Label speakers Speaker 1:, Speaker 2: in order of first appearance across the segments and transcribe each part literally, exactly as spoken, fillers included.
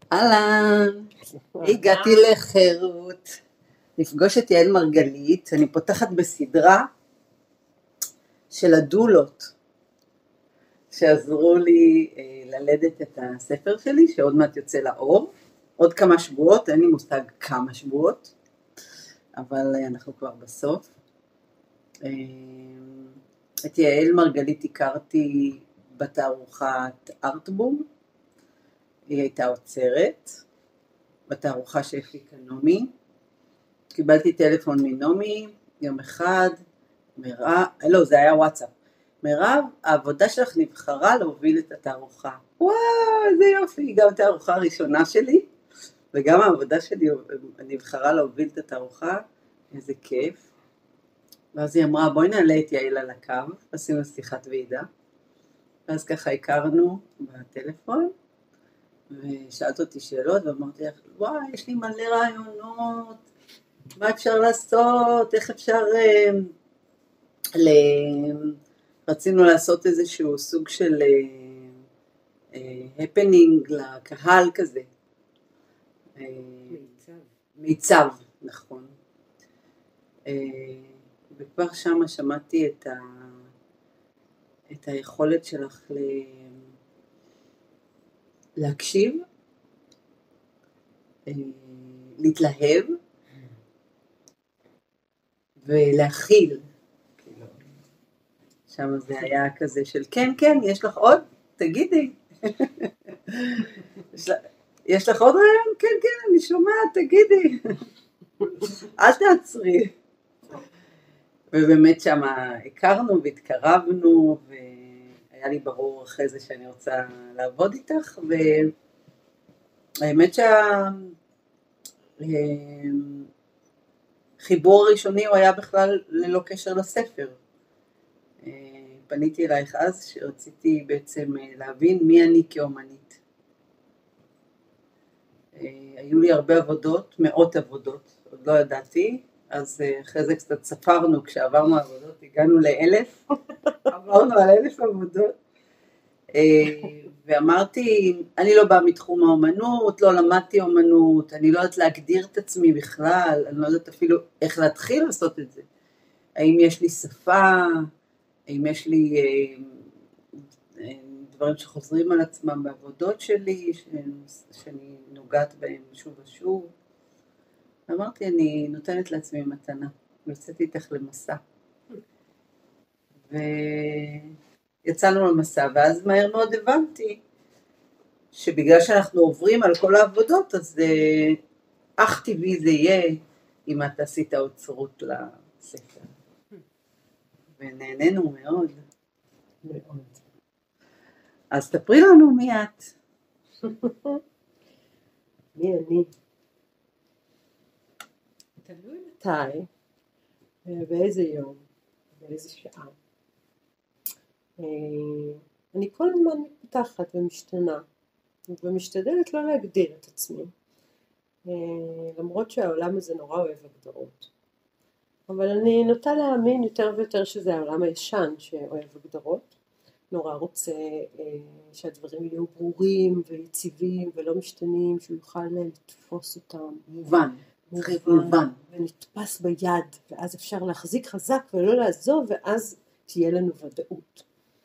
Speaker 1: אהלן, הגעתי לחירות, לפגוש את יעל מרגלית. אני פותחת בסדרה של הדולות שעזרו לי ללדת את הספר שלי, שעוד מעט יוצא לאור, עוד כמה שבועות, אין לי מושג כמה שבועות, אבל אנחנו כבר בסוף. את יעל מרגלית הכרתי בתערוכת ארטבום, היא הייתה עוצרת, בתערוכה שהפיקה נעמי. קיבלתי טלפון מנעמי, יום אחד, מירב, לא, זה היה וואטסאפ. מירב, העבודה שלך נבחרה להוביל את התערוכה. וואו, איזה יופי, גם התערוכה הראשונה שלי, וגם העבודה שלי נבחרה להוביל את התערוכה, איזה כיף. ואז היא אמרה, בואי נעלה את יעל על הקו, עשינו שיחת ועידה. ואז ככה הכרנו בטלפון, ושאלת אותי שאלות, ואמרתי לך, וואי, יש לי מלא רעיונות, מה אפשר לעשות, איך אפשר, אה, ל... רצינו לעשות איזשהו סוג של הפנינג אה, אה, לקהל כזה. אה, מיצב. מיצב, נכון. אה, וכבר שמה שמעתי את, ה... את היכולת שלך ל... להקשיב, להתלהב ולהכיל. שם זה היה כזה של כן, כן, יש לך עוד? תגידי. יש לך עוד רעיון? כן, כן, אני שומעת, תגידי. אל תעצרי. ובאמת שם הכרנו והתקרבנו, והיה לי ברור אחרי זה שאני רוצה לעבוד איתך, והאמת שהחיבור הראשוני הוא היה בכלל ללא קשר לספר. פניתי אלייך אז שרציתי בעצם להבין מי אני כאומנית. היו לי הרבה עבודות, מאות עבודות, עוד לא ידעתי, אז אחרי זה קצת ספרנו, כשעברנו עבודות, הגענו לאלף, עברנו על אלף עבודות, ואמרתי, אני לא באה מתחום האומנות, לא למדתי אומנות, אני לא יודעת להגדיר את עצמי בכלל, אני לא יודעת אפילו איך להתחיל לעשות את זה. האם יש לי שפה, האם יש לי דברים שחוזרים על עצמם בעבודות שלי, שאני נוגעת בהם שוב ושוב. אמרתי, אני נותנת לעצמי מתנה, ויצאתי איתך למסע. ויצאנו למסע, ואז מהר מאוד הבנתי, שבגלל שאנחנו עוברים על כל העבודות, אז אך טבעי זה יהיה, אם את עשית אוצרות לספר. ונהנינו מאוד.
Speaker 2: מאוד.
Speaker 1: אז תפרי לנו מי את.
Speaker 2: מי אני? תלוי מתי, באיזה יום, באיזה שעה. אני כל הזמן מתפתחת ומשתנה, ומשתדלת לא להגדיר את עצמי, למרות שהעולם הזה נורא אוהב הגדרות. אבל אני נוטה להאמין יותר ויותר שזה העולם הישן שאוהב הגדרות, נורא רוצה שהדברים יהיו ברורים ויציבים ולא משתנים, שהוא יוכל לתפוס אותם.
Speaker 1: מובן. מובן.
Speaker 2: ונתפס ביד, ואז אפשר להחזיק חזק ולא לעזוב, ואז תהיה לנו ודאות.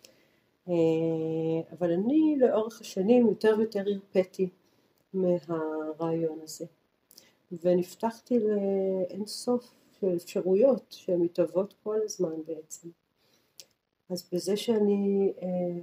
Speaker 2: אבל אני לאורך השנים יותר ויותר הרפאתי מהרעיון הזה, ונפתחתי לאין סוף של אפשרויות שמתהוות כל הזמן בעצם. אז בזה שאני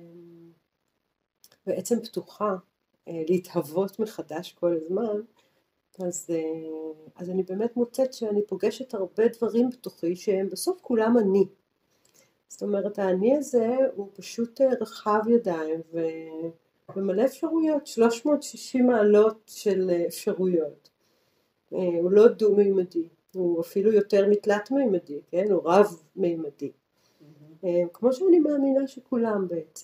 Speaker 2: בעצם פתוחה להתהוות מחדש כל הזמן, אז, אז אני באמת מוצאת שאני פוגשת הרבה דברים בתוכי שהם בסוף כולם אני. זאת אומרת, האני הזה הוא פשוט רחב ידיים ו... ומלא אפשרויות, שלוש מאות ושישים מעלות של אפשרויות. הוא לא דו-מימדי, הוא אפילו יותר מתלת מימדי, כן? הוא רב מימדי. Mm-hmm. כמו שאני מאמינה שכולם בעצם.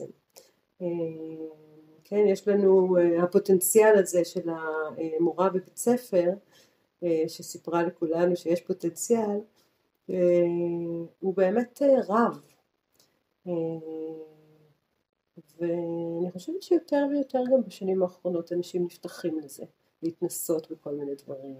Speaker 2: כן, יש לנו הפוטנציאל הזה של המורה בבית ספר, שסיפרה לכולנו שיש פוטנציאל, הוא באמת רב. ואני חושבת שיותר ויותר גם בשנים האחרונות אנשים נפתחים לזה, להתנסות בכל מיני דברים,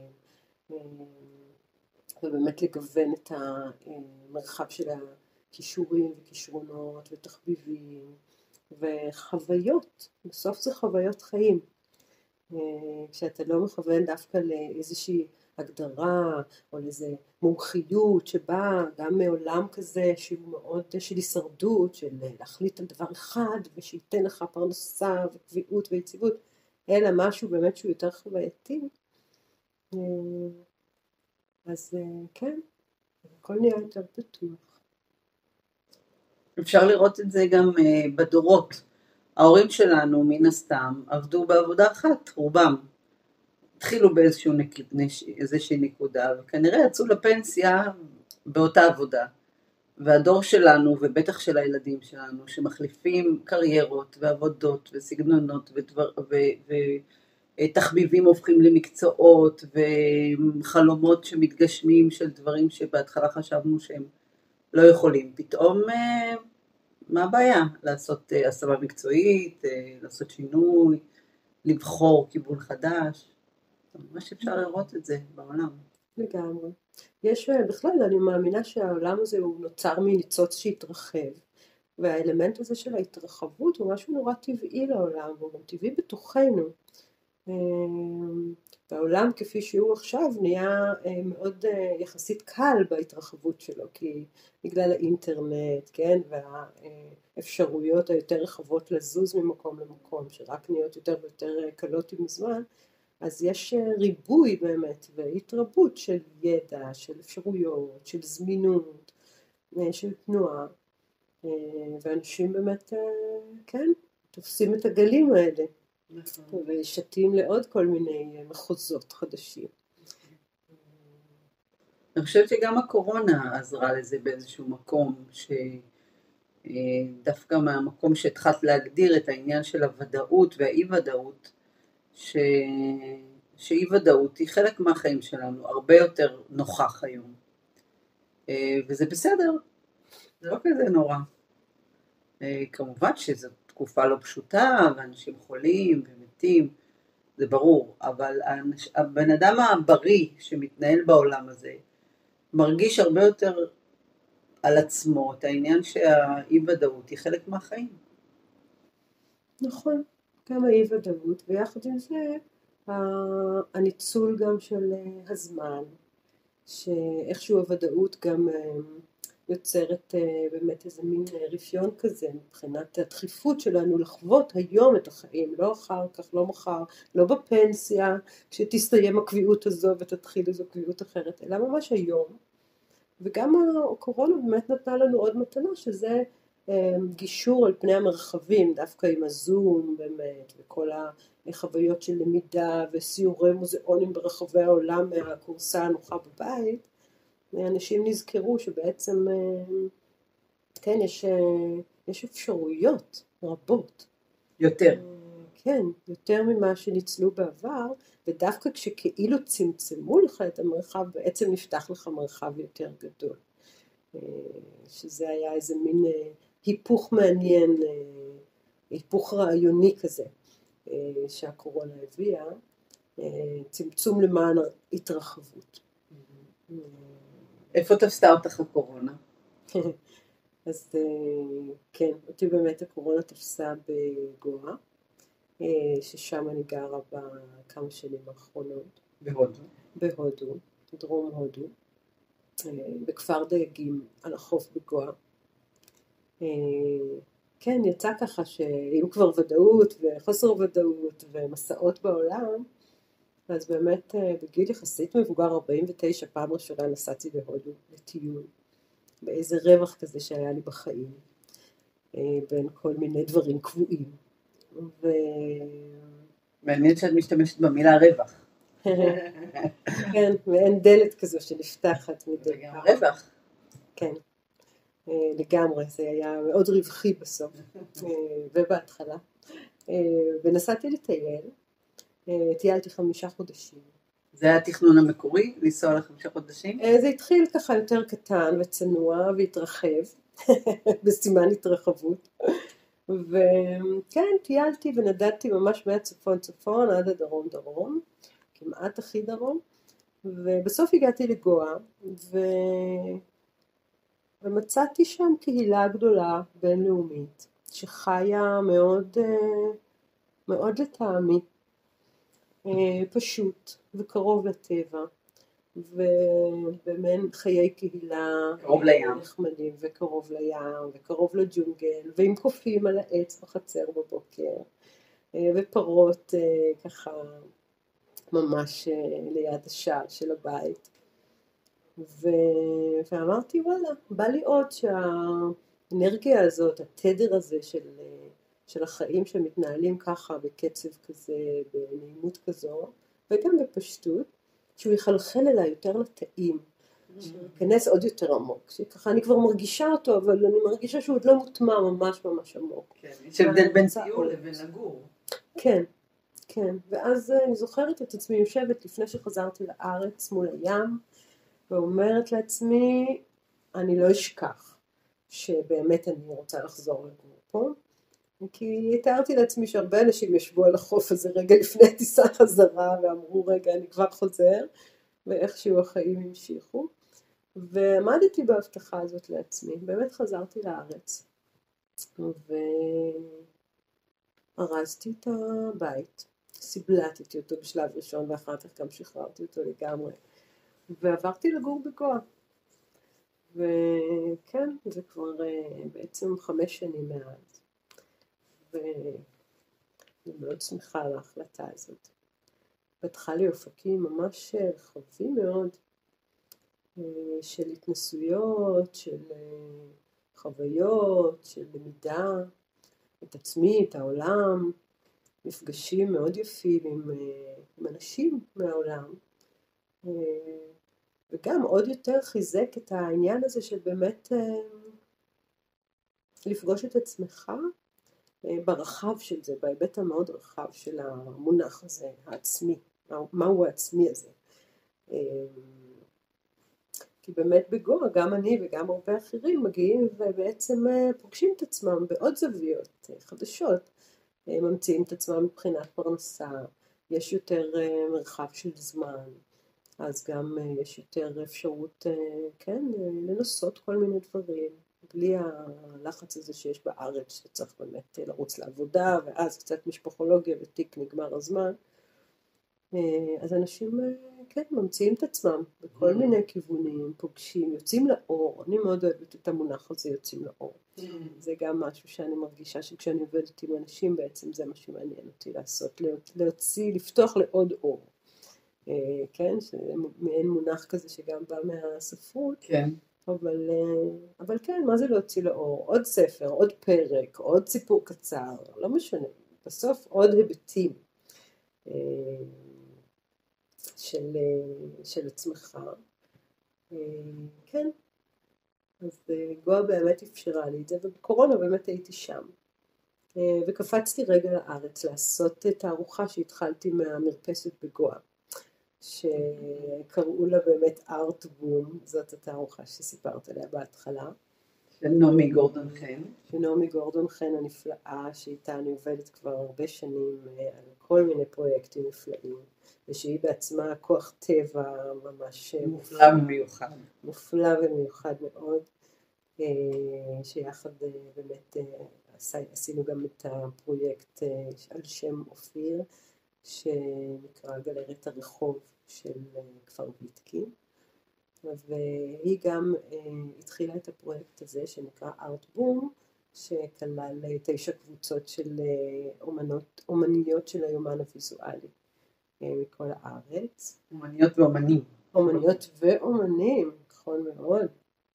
Speaker 2: ובאמת לגוון את המרחב של הכישורים וכישרונות ותחביבים וחוויות, בסוף זה חוויות חיים. כשאתה לא מכוון דווקא לאיזושהי הגדרה או לאיזה מומחיות שבאה גם מעולם כזה שהוא מאוד של הישרדות, של להחליט על דבר אחד ושייתן לך פרנסה וקביעות ויציבות, אלא משהו באמת שהוא יותר חווייתי. אז כן, הכל נהיה יותר פתוח.
Speaker 1: אפשר לראות את זה גם בדורות. ההורים שלנו מן הסתם עבדו בעבודה אחת, רובם. התחילו באיזושהי נקודה, וכנראה יצאו לפנסיה באותה עבודה. והדור שלנו, ובטח של הילדים שלנו, שמחליפים קריירות ועבודות וסגנונות ודבר, ו, ותחביבים הופכים למקצועות, וחלומות שמתגשמים של דברים שבהתחלה חשבנו שהם לא יכולים. פתאום, מה הבעיה? לעשות השמה מקצועית, לעשות שינוי, לבחור כיוון חדש. ממש אפשר לראות את זה בעולם.
Speaker 2: לגמרי. יש בכלל, אני מאמינה שהעולם הזה הוא נוצר מניצוץ שהתרחב, והאלמנט הזה של ההתרחבות הוא משהו נורא טבעי לעולם, והוא גם טבעי בתוכנו. והעולם כפי שהוא עכשיו נהיה מאוד יחסית קל בהתרחבות שלו, כי בגלל האינטרנט, כן, והאפשרויות היותר רחבות לזוז ממקום למקום, שרק נהיות יותר ויותר קלות עם הזמן, אז יש ריבוי באמת והתרבות של ידע, של אפשרויות, של זמינות, של תנועה, ואנשים באמת, כן, תופסים את הגלים האלה, ושתים לעוד כל מיני מחוזות חדשים.
Speaker 1: אני חושבת שגם הקורונה עזרה לזה באיזשהו מקום, שדווקא מהמקום שהתחלת להגדיר את העניין של הוודאות והאי-ודאות, ש... שאי ודאות היא חלק מהחיים שלנו, הרבה יותר נוכח היום. וזה בסדר, זה לא כזה נורא. כמובן שזו תקופה לא פשוטה, ואנשים חולים ומתים, זה ברור, אבל הבן אדם הבריא שמתנהל בעולם הזה, מרגיש הרבה יותר על עצמו את העניין שהאי ודאות היא חלק מהחיים.
Speaker 2: נכון. גם האי ודאות, ויחד עם זה הניצול גם של הזמן, שאיכשהו הוודאות גם יוצרת באמת איזה מין רפיון כזה, מבחינת הדחיפות שלנו לחוות היום את החיים, לא אחר כך, לא מחר, לא בפנסיה, כשתסתיים הקביעות הזו ותתחיל איזו קביעות אחרת, אלא ממש היום. וגם הקורונה באמת נתנה לנו עוד מתנה, שזה גישור על פני המרחבים, דווקא עם הזום באמת, וכל החוויות של למידה וסיורי מוזיאונים ברחבי העולם מהקורסה הנוחה בבית, אנשים נזכרו שבעצם, כן, יש, יש אפשרויות רבות.
Speaker 1: יותר.
Speaker 2: כן, יותר ממה שניצלו בעבר, ודווקא כשכאילו צמצמו לך את המרחב, בעצם נפתח לך מרחב יותר גדול. שזה היה איזה מין היפוך מעניין, היפוך רעיוני כזה, שהקורונה הביאה, צמצום למען התרחבות.
Speaker 1: איפה תפסה אותך הקורונה?
Speaker 2: אז כן, אותי באמת הקורונה תפסה בגואה, ששם אני גרה בכמה שנים האחרונות.
Speaker 1: בהודו?
Speaker 2: בהודו, דרום הודו, בכפר דייגים על החוף בגואה. כן, יצא ככה שהיו כבר ודאות וחוסר ודאות ומסעות בעולם, אז באמת בגיל יחסית מבוגר ארבעים ותשע פעם ראשונה נסעתי בהודו לטיול, באיזה רווח כזה שהיה לי בחיים, בין כל מיני דברים קבועים. ו...
Speaker 1: מעניין שאת משתמשת במילה רווח.
Speaker 2: כן, ואין דלת כזו שנפתחת מדי.
Speaker 1: וגם רווח.
Speaker 2: כן, לגמרי, זה היה מאוד רווחי בסוף, ובהתחלה. ונסעתי לטייל, טיילתי חמישה חודשים.
Speaker 1: זה היה התכנון המקורי, לנסוע לחמישה חודשים?
Speaker 2: זה התחיל ככה יותר קטן וצנוע והתרחב, בסימן התרחבות. וכן, טיילתי ונדדתי ממש מהצפון צפון עד הדרום דרום, כמעט הכי דרום, ובסוף הגעתי לגואה, ו... ומצאתי שם קהילה גדולה בינלאומית, שחיה מאוד, מאוד לטעמי, פשוט וקרוב לטבע, ובאמת חיי קהילה
Speaker 1: קרוב לים
Speaker 2: נחמדים וקרוב לים וקרוב לג'ונגל, ועם קופים על העץ בחצר בבוקר, ופרות ככה ממש ליד השער של הבית. ו... ואמרתי וואלה, בא לי עוד שהאנרגיה הזאת, התדר הזה של, של החיים שמתנהלים ככה בקצב כזה, בנעימות כזו, וגם בפשטות, שהוא יחלחל אליי יותר לטעים, שיכנס עוד יותר עמוק, שככה אני כבר מרגישה אותו, אבל אני מרגישה שהוא עוד לא מוטמע ממש ממש עמוק.
Speaker 1: כן, יש הבדל בין טיול לבין לגור.
Speaker 2: כן, כן, ואז אני זוכרת את עצמי יושבת לפני שחזרתי לארץ מול הים, ואומרת לעצמי, אני לא אשכח שבאמת אני רוצה לחזור לגור פה, כי תיארתי לעצמי שהרבה אנשים ישבו על החוף הזה רגע לפני טיסה חזרה, ואמרו רגע אני כבר חוזר, ואיכשהו החיים המשיכו, ועמדתי בהבטחה הזאת לעצמי, באמת חזרתי לארץ, והרזתי את הבית, סיבלטתי אותו בשלב ראשון, ואחר כך גם שחררתי אותו לגמרי, ועברתי לגור בגואה. וכן, זה כבר בעצם חמש שנים מאז. ואני מאוד שמחה על ההחלטה הזאת. פתחה לי אופקים ממש רחבים מאוד, של התנסויות, של חוויות, של למידה, את עצמי, את העולם, מפגשים מאוד יפים עם, עם אנשים מהעולם. וגם עוד יותר חיזק את העניין הזה של באמת לפגוש את עצמך ברחב של זה, בהיבט המאוד רחב של המונח הזה, העצמי, מהו העצמי הזה. כי באמת בגואה גם אני וגם הרבה אחרים מגיעים ובעצם פוגשים את עצמם בעוד זוויות חדשות, ממציאים את עצמם מבחינת פרנסה, יש יותר מרחב של זמן, אז גם יש יותר אפשרות, כן, לנסות כל מיני דברים, בלי הלחץ הזה שיש בארץ, שצריך באמת לרוץ לעבודה, ואז קצת משפחולוגיה ותיק נגמר הזמן. אז אנשים, כן, ממציאים את עצמם בכל מיני כיוונים, פוגשים, יוצאים לאור. אני מאוד אוהבת את המונח הזה, יוצאים לאור. זה גם משהו שאני מרגישה שכשאני עובדת עם אנשים, בעצם זה מה שמעניין אותי לעשות, להוציא, לפתוח לעוד אור. כן, שמעין מונח כזה שגם בא מהספרות,
Speaker 1: כן.
Speaker 2: אבל, אבל כן, מה זה להוציא לאור? עוד ספר, עוד פרק, עוד סיפור קצר, לא משנה, בסוף עוד היבטים של, של עצמך. כן, אז גואה באמת אפשרה לי את זה, ובקורונה באמת הייתי שם. וקפצתי רגע לארץ לעשות את הארוחה שהתחלתי מהמרפסת בגואה. שקראו לה באמת ארט בום, זאת התערוכה שסיפרת עליה בהתחלה.
Speaker 1: של נעמי גורדון חן.
Speaker 2: של נעמי גורדון חן הנפלאה, שאיתה אני עובדת כבר הרבה שנים על כל מיני פרויקטים נפלאים, ושהיא בעצמה כוח טבע ממש
Speaker 1: מופלא ומיוחד.
Speaker 2: מופלא ומיוחד מאוד, שיחד באמת עשינו גם את הפרויקט על שם אופיר, שנקרא גלריית הרחוב של כפר ויטקין, והיא גם התחילה את הפרויקט הזה שנקרא ארט בום, שכלל תשע קבוצות של אומנות, אומניות של היומן הוויזואלי מכל הארץ.
Speaker 1: אומניות ואומנים.
Speaker 2: אומניות ואומנים, נכון מאוד.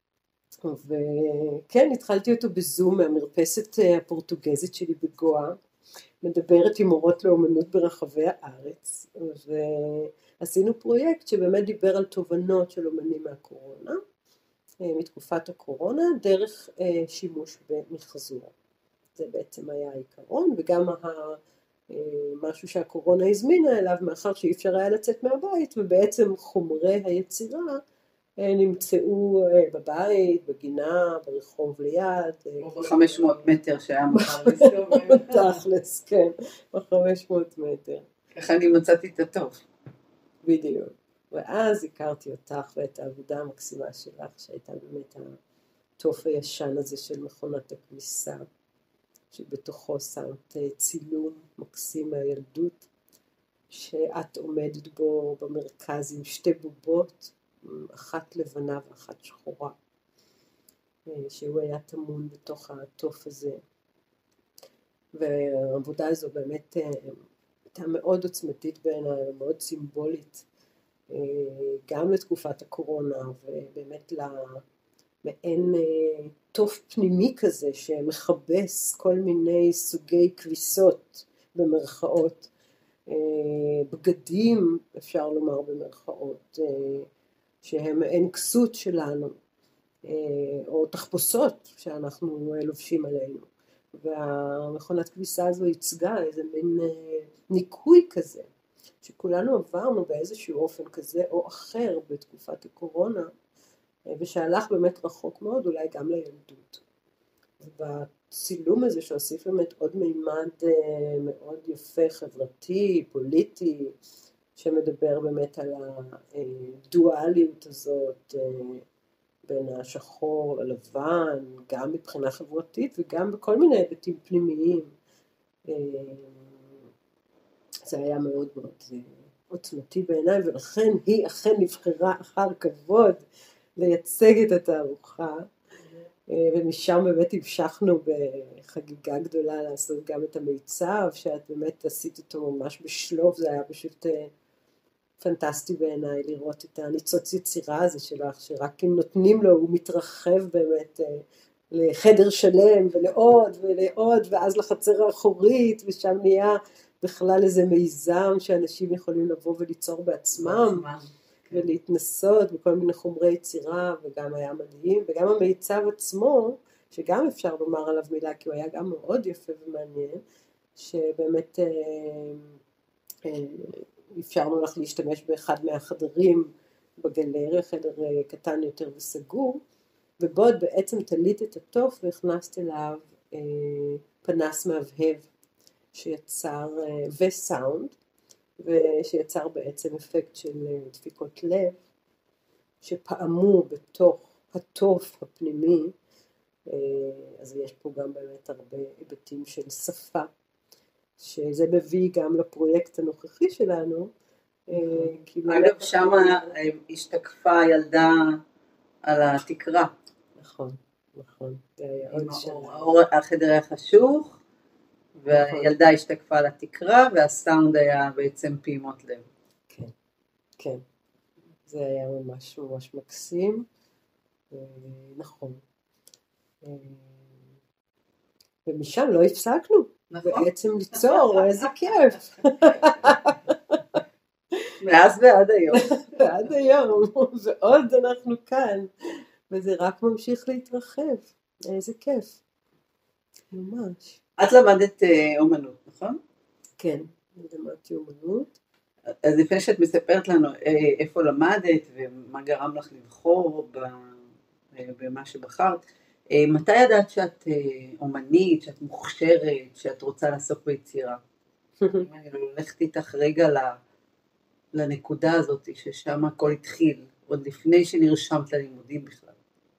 Speaker 2: וכן, התחלתי אותו בזום מהמרפסת הפורטוגזית שלי בגואה, מדברת עם מורות לאומנות ברחבי הארץ, ועשינו פרויקט שבאמת דיבר על תובנות של אומנים מהקורונה, מתקופת הקורונה, דרך שימוש במחזור. זה בעצם היה העיקרון, וגם משהו שהקורונה הזמינה אליו, מאחר שאי אפשר היה לצאת מהבית, ובעצם חומרי היצירה נמצאו בבית, בגינה, ברחוב ליד.
Speaker 1: או ב-חמש מאות מטר שהיה מחר לסתובב.
Speaker 2: תכלס, כן, ב-חמש מאות מטר.
Speaker 1: איך אני מצאתי את הטוב.
Speaker 2: בדיוק. ואז הכרתי אותך ואת העבודה המקסימה שלך, שהייתה באמת הטוף הישן הזה של מכונת הכביסה, שבתוכו שמת צילום מקסים מהילדות, שאת עומדת בו במרכז עם שתי בובות, אחת לבנה ואחת שחורה, שהוא היה טמון בתוך הטוף הזה. והעבודה הזו באמת הייתה מאוד עוצמתית בעיניי, מאוד סימבולית, גם לתקופת הקורונה, ובאמת למעין טוף פנימי כזה שמחבס כל מיני סוגי כביסות במרכאות, בגדים אפשר לומר במרכאות, שהם מעין כסות שלנו, או תחפושות שאנחנו לובשים עלינו. והמכונת כביסה הזו ייצגה איזה מין ניקוי כזה, שכולנו עברנו באיזשהו אופן כזה או אחר בתקופת הקורונה, ושהלך באמת רחוק מאוד, אולי גם לילדות. ובצילום הזה שהוסיף באמת עוד מימד מאוד יפה, חברתי, פוליטי, שמדבר באמת על הדואליות הזאת, בין השחור ללבן, גם מבחינה חברתית וגם בכל מיני היבטים פנימיים. זה היה מאוד מאוד עוצמתי בעיניי, ולכן היא אכן נבחרה אחר כבוד לייצג את התערוכה, ומשם באמת המשכנו בחגיגה גדולה לעשות גם את המיצב, שאת באמת עשית אותו ממש בשלוב, זה היה פשוט פנטסטי בעיניי לראות את הניצוץ יצירה הזה שלך, שרק אם נותנים לו הוא מתרחב באמת לחדר שלם ולעוד ולעוד, ואז לחצר האחורית, ושם נהיה בכלל איזה מיזם שאנשים יכולים לבוא וליצור בעצמם, ולהתנסות בכל מיני חומרי יצירה, וגם היה מדהים, וגם המיצב עצמו, שגם אפשר לומר עליו מילה, כי הוא היה גם מאוד יפה ומעניין, שבאמת אפשרנו לך להשתמש באחד מהחדרים בגלריה, חדר קטן יותר וסגור, ובו את בעצם תלית את התוף והכנסת אליו אה, פנס מהבהב שיצר, אה, וסאונד, ושיצר בעצם אפקט של אה, דפיקות לב, שפעמו בתוך התוף הפנימי. אה, אז יש פה גם באמת הרבה היבטים של שפה, שזה מביא גם לפרויקט הנוכחי שלנו.
Speaker 1: אגב, שמה השתקפה ילדה על התקרה.
Speaker 2: נכון, נכון.
Speaker 1: החדר היה חשוך, והילדה השתקפה על התקרה, והסאונד היה בעצם פעימות לב.
Speaker 2: כן, כן. זה היה ממש ממש מקסים. נכון. ומשם לא הפסקנו.
Speaker 1: נכון.
Speaker 2: בעצם ליצור, איזה כיף.
Speaker 1: מאז ועד היום.
Speaker 2: ועד היום, ועוד אנחנו כאן, וזה רק ממשיך להתרחב, איזה כיף, ממש.
Speaker 1: את למדת אומנות, נכון?
Speaker 2: כן, למדתי אומנות.
Speaker 1: אז לפני שאת מספרת לנו איפה למדת, ומה גרם לך לבחור במה שבחרת, מתי ידעת שאת אומנית, שאת מוכשרת, שאת רוצה לעסוק ביצירה? אני הולכת איתך רגע לנקודה הזאת, ששם הכל התחיל, עוד לפני שנרשמת ללימודים בכלל.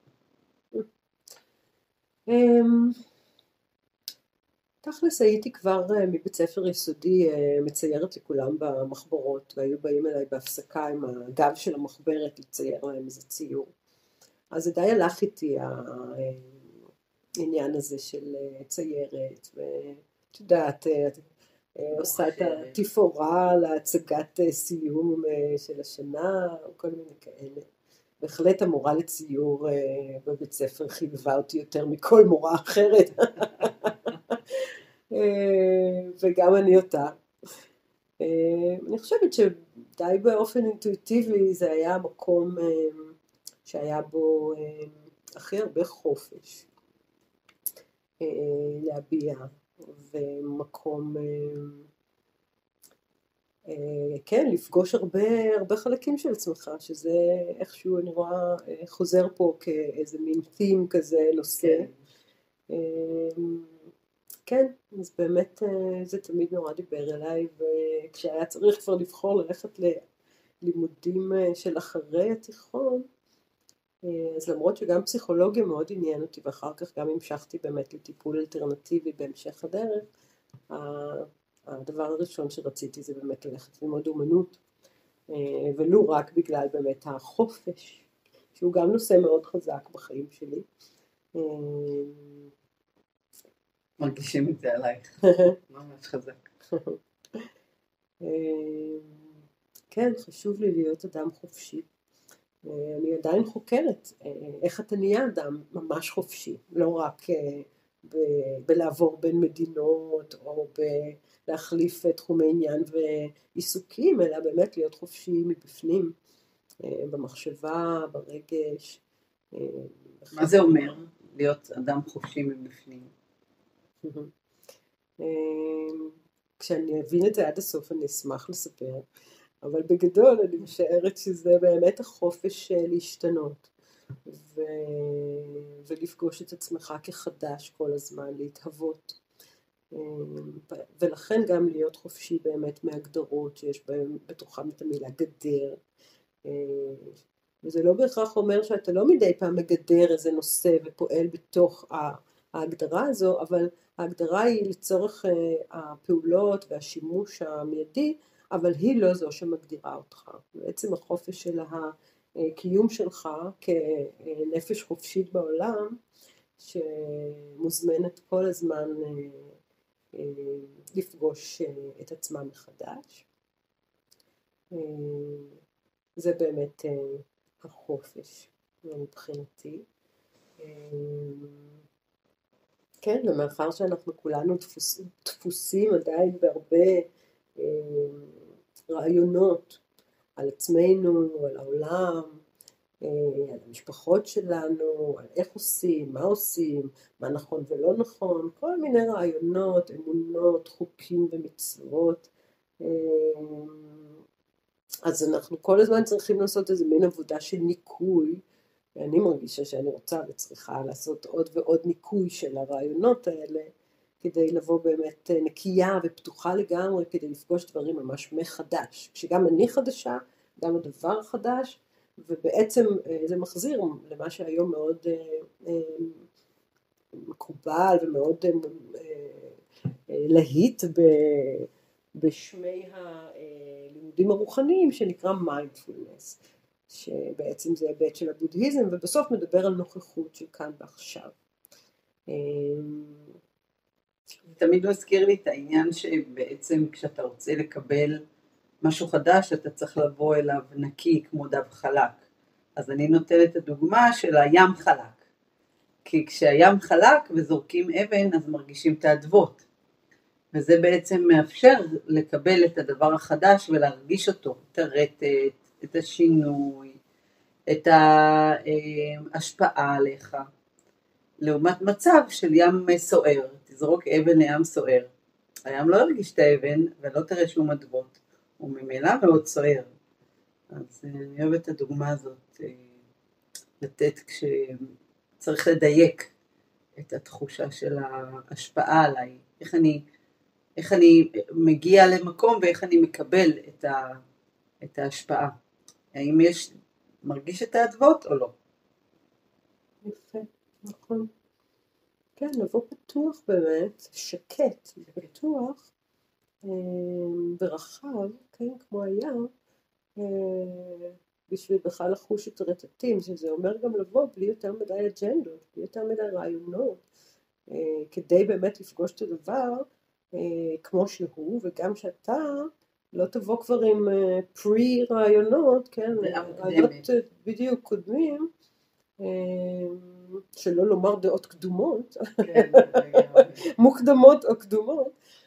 Speaker 2: תכלס הייתי כבר מבית ספר יסודי מציירת לכולם במחברות, והיו באים אליי בהפסקה עם הגב של המחברת לצייר להם איזה ציור. אז זה די הלך איתי העניין הזה של ציירת, ואת יודעת, עושה את התפאורה להצגת סיום של השנה, או כל מיני כאלה. בהחלט המורה לציור בבית ספר חיבבה אותי יותר מכל מורה אחרת. וגם אני אותה. אני חושבת שדי באופן אינטואיטיבי זה היה מקום שהיה בו הכי הרבה חופש להביע, ומקום כן, לפגוש הרבה, הרבה חלקים של עצמך, שזה איכשהו אני רואה חוזר פה כאיזה מין תים כזה, נושא. כן, אז באמת זה תמיד נורא דיבר אליי, וכשהיה צריך כבר לבחור ללכת ללימודים של אחרי התיכון, אז למרות שגם פסיכולוגיה מאוד עניין אותי, ואחר כך גם המשכתי באמת לטיפול אלטרנטיבי בהמשך הדרך, הדבר הראשון שרציתי זה באמת ללכת ללמוד אומנות, ולא רק בגלל באמת החופש, שהוא גם נושא מאוד חזק בחיים שלי.
Speaker 1: מרגישים את זה עלייך, ממש חזק.
Speaker 2: כן, חשוב לי להיות אדם חופשי. אני עדיין חוקרת איך אתה נהיה אדם ממש חופשי, לא רק ב- בלעבור בין מדינות או בלהחליף תחומי עניין ועיסוקים, אלא באמת להיות חופשי מבפנים, במחשבה, ברגש.
Speaker 1: מה זה אומר להיות אדם חופשי מבפנים?
Speaker 2: כשאני אבין את זה עד הסוף אני אשמח לספר, אבל בגדול אני משערת שזה באמת החופש להשתנות ו... ולפגוש את עצמך כחדש כל הזמן, להתהוות, ולכן גם להיות חופשי באמת מהגדרות שיש בהם בתוכם את המילה גדר, וזה לא בהכרח אומר שאתה לא מדי פעם מגדר איזה נושא ופועל בתוך ההגדרה הזו, אבל ההגדרה היא לצורך הפעולות והשימוש המיידי, אבל היא לא זו שמגדירה אותך. בעצם החופש של הקיום שלך כנפש חופשית בעולם, שמוזמנת כל הזמן לפגוש את עצמה מחדש. זה באמת החופש מבחינתי. כן, ומאחר שאנחנו כולנו דפוס, דפוסים עדיין בהרבה רעיונות על עצמנו, על העולם, על המשפחות שלנו, על איך עושים, מה עושים, מה נכון ולא נכון, כל מיני רעיונות, אמונות, חוקים ומצוות. אז אנחנו כל הזמן צריכים לעשות איזה מין עבודה של ניקוי, ואני מרגישה שאני רוצה וצריכה לעשות עוד ועוד ניקוי של הרעיונות האלה, כדי לבוא באמת נקייה ופתוחה לגמרי, כדי לפגוש דברים ממש מחדש. כשגם אני חדשה, גם הדבר חדש, ובעצם זה מחזיר למה שהיום מאוד מקובל ומאוד להיט בשמי הלימודים הרוחניים, שנקרא מיינדפולנס, שבעצם זה היבט של הבודהיזם, ובסוף מדבר על נוכחות של כאן ועכשיו.
Speaker 1: תמיד מזכיר לי את העניין שבעצם כשאתה רוצה לקבל משהו חדש, אתה צריך לבוא אליו נקי כמו דב חלק. אז אני נותנת את הדוגמה של הים חלק. כי כשהים חלק וזורקים אבן, אז מרגישים את האדוות. וזה בעצם מאפשר לקבל את הדבר החדש ולהרגיש אותו, את הרטט, את השינוי, את ההשפעה עליך. לעומת מצב של ים סוער, תזרוק אבן לים סוער. הים לא ירגיש את האבן ולא תראה שום אדוות, הוא ממילא מאוד סוער. אז אני אוהבת את הדוגמה הזאת, לתת כשצריך לדייק את התחושה של ההשפעה עליי, איך אני, איך אני מגיע למקום ואיך אני מקבל את, ה, את ההשפעה. האם יש, מרגיש את האדוות או לא?
Speaker 2: יפה, נכון. כן, לבוא פתוח באמת, שקט, פתוח, ברחב, כן, כמו הים, בשביל בכלל לחוש את הרטטים, שזה אומר גם לבוא בלי יותר מדי אג'נדות, בלי יותר מדי רעיונות, כדי באמת לפגוש את הדבר כמו שהוא, וגם שאתה לא תבוא כבר עם פרי רעיונות, כן, רעיונות בדיוק קודמים, שלא לומר דעות קדומות, מוקדמות או קדומות,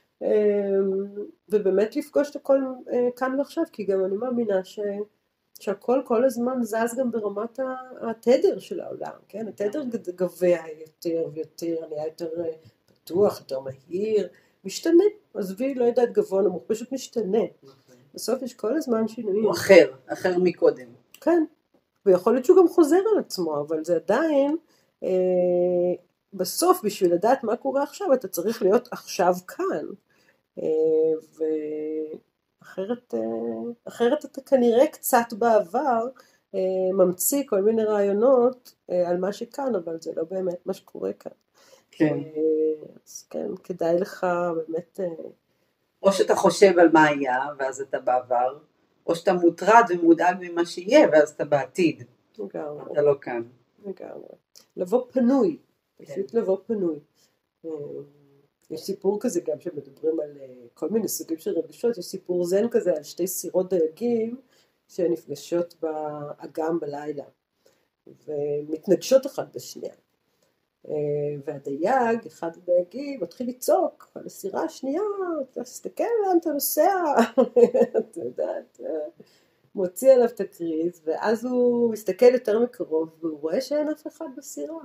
Speaker 2: ובאמת לפגוש את הכל כאן ועכשיו, כי גם אני מאמינה ש... שהכל כל הזמן זז גם ברמת התדר של העולם, כן? התדר גבוה יותר ויותר, נהיה יותר פתוח, יותר מהיר, משתנה, עזבי, לא יודעת גבוה נמוך, פשוט משתנה. בסוף יש כל הזמן שינויים.
Speaker 1: הוא אחר, אחר מקודם.
Speaker 2: כן, ויכול להיות שהוא גם חוזר על עצמו, אבל זה עדיין, אה, בסוף בשביל לדעת מה קורה עכשיו, אתה צריך להיות עכשיו כאן. אה, ואחרת אה, אחרת אתה כנראה קצת בעבר, אה, ממציא כל מיני רעיונות אה, על מה שכאן, אבל זה לא באמת מה שקורה כאן.
Speaker 1: כן.
Speaker 2: אה, אז כן, כדאי לך באמת... אה,
Speaker 1: או שאתה חושב על מה היה, ואז אתה בעבר, או שאתה מוטרד ומודאג ממה שיהיה, ואז אתה בעתיד.
Speaker 2: לגמרי.
Speaker 1: אתה לא כאן.
Speaker 2: לגמרי. לבוא פנוי,
Speaker 1: כן.
Speaker 2: פשוט לבוא פנוי. אה, יש סיפור כזה גם שמדברים על אה, כל מיני סוגים של רגשות, יש סיפור זן כזה על שתי סירות דייגים שנפגשות באגם בלילה, ומתנגשות אחת בשנייה. אה, והדייג, אחד הדייגים, מתחיל לצעוק על הסירה השנייה, תסתכל לאן אתה נוסע, אתה יודעת, אה, מוציא עליו את הקריז, ואז הוא מסתכל יותר מקרוב, והוא רואה שאין אף אחד בסירה.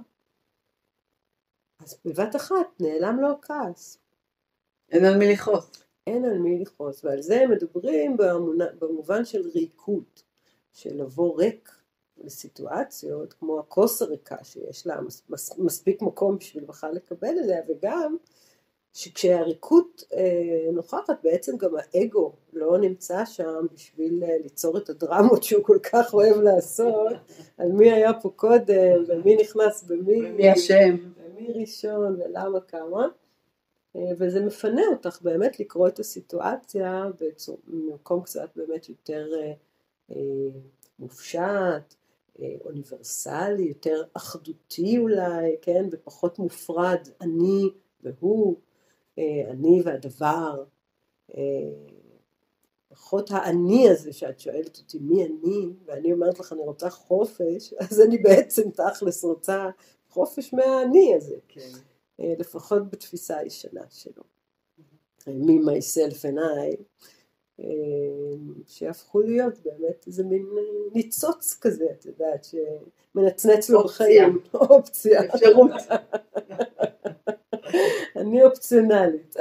Speaker 2: אז בבת אחת נעלם לו הכעס.
Speaker 1: אין על מי לכעוס.
Speaker 2: אין על מי לכעוס, ועל זה הם מדברים במונה, במובן של ריקוד, של לבוא ריק לסיטואציות, כמו הכוס הריקה שיש לה מס, מס, מספיק מקום בשביל בכלל לקבל אליה, וגם שכשהריקות אה, נוכחת, בעצם גם האגו לא נמצא שם בשביל אה, ליצור את הדרמות שהוא כל כך אוהב לעשות, על מי היה פה קודם, ומי נכנס במי,
Speaker 1: ומי אשם,
Speaker 2: ומי ראשון, ולמה כמה. וזה מפנה אותך באמת לקרוא את הסיטואציה במקום קצת באמת יותר אה, מופשט, אה, אוניברסלי, יותר אחדותי אולי, כן, ופחות מופרד, אני והוא, אה, אני והדבר, אה, פחות האני הזה שאת שואלת אותי מי אני, ואני אומרת לך אני רוצה חופש, אז אני בעצם תכלס רוצה חופש מהאני הזה.
Speaker 1: כן.
Speaker 2: לפחות בתפיסה הישנה שלו. מי myself and I, שהפכו להיות באמת איזה מין ניצוץ כזה, את יודעת, שמנצנץ לו בחיים. אופציה.
Speaker 1: אפשרות.
Speaker 2: אני אופציונלית.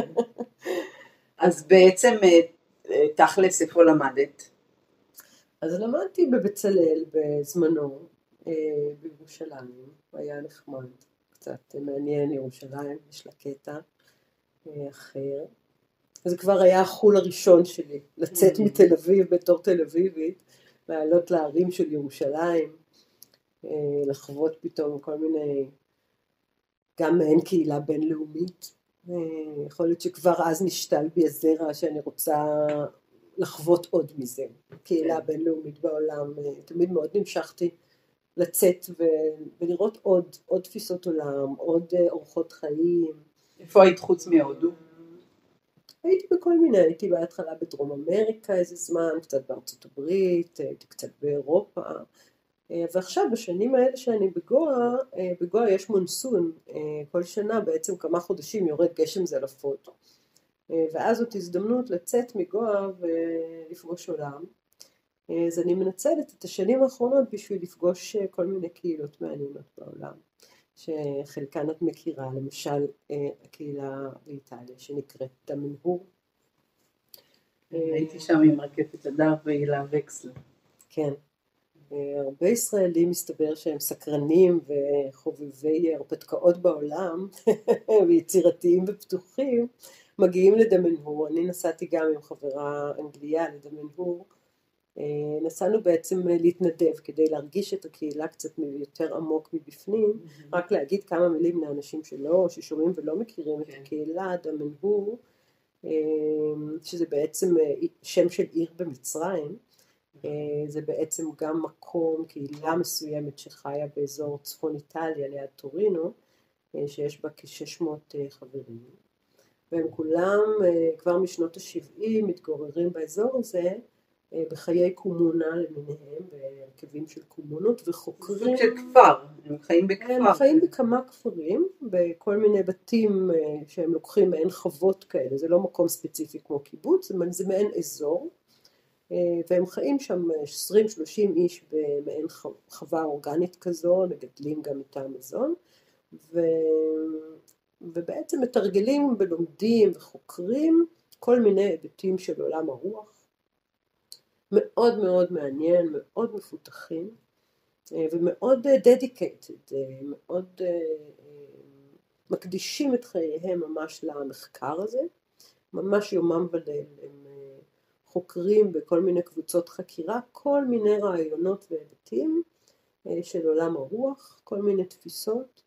Speaker 1: אז בעצם תכלס איפה למדת?
Speaker 2: אז למדתי בבצלאל בזמנו, בירושלים, היה נחמד. קצת מעניין, ירושלים, יש לה קטע אחר. זה כבר היה החול הראשון שלי, לצאת מתל אביב בתור תל אביבית, לעלות לערים של ירושלים, לחוות פתאום כל מיני, גם מעין קהילה בינלאומית. יכול להיות שכבר אז נשתל בי הזרע שאני רוצה לחוות עוד מזה, קהילה בינלאומית בעולם. תמיד מאוד נמשכתי לצאת ולראות עוד, עוד תפיסות עולם, עוד אורחות חיים.
Speaker 1: איפה היית חוץ מהודו?
Speaker 2: הייתי בכל מיני, הייתי בהתחלה בדרום אמריקה איזה זמן, קצת בארצות הברית, הייתי קצת באירופה, ועכשיו בשנים האלה שאני בגואה, בגואה יש מונסון, כל שנה בעצם כמה חודשים יורד גשם זלעפות, ואז זאת הזדמנות לצאת מגואה ולפגוש עולם. אז אני מנצלת את השנים האחרונות בשביל לפגוש כל מיני קהילות מעניינות בעולם, שחלקן את מכירה, למשל הקהילה באיטליה שנקראת דמנהור.
Speaker 1: הייתי שם עם רקפת הדר והילה וקסלר.
Speaker 2: כן, הרבה ישראלים מסתבר שהם סקרנים וחובבי הרפתקאות בעולם, ויצירתיים ופתוחים, מגיעים לדמנהור. אני נסעתי גם עם חברה אנגליה לדמנהור, נסענו בעצם להתנדב כדי להרגיש את הקהילה קצת יותר עמוק מבפנים, mm-hmm. רק להגיד כמה מילים לאנשים שלא, ששומעים ולא מכירים okay. את הקהילה, דמנהור, שזה בעצם שם של עיר במצרים, mm-hmm. זה בעצם גם מקום, קהילה מסוימת שחיה באזור צפון איטליה ליד טורינו, שיש בה כ-שש מאות חברים, והם כולם כבר משנות ה-שבעים מתגוררים באזור הזה, בחיי קומונה למיניהם, בהרכבים של קומונות וחוקרים.
Speaker 1: סוג של כפר, הם חיים בכפר.
Speaker 2: הם חיים בכמה כפרים, בכל מיני בתים שהם לוקחים מעין חוות כאלה, זה לא מקום ספציפי כמו קיבוץ, זה מעין אזור, והם חיים שם עשרים שלושים איש במעין חווה אורגנית כזו, מגדלים גם את המזון, ו... ובעצם מתרגלים ולומדים וחוקרים כל מיני היבטים של עולם הרוח, מאוד מאוד מעניין, מאוד מפותחים, ומאוד dedicated, מאוד מקדישים את חייהם ממש למחקר הזה, ממש יומם וליל, הם חוקרים בכל מיני קבוצות חקירה, כל מיני רעיונות והיבטים של עולם הרוח, כל מיני תפיסות.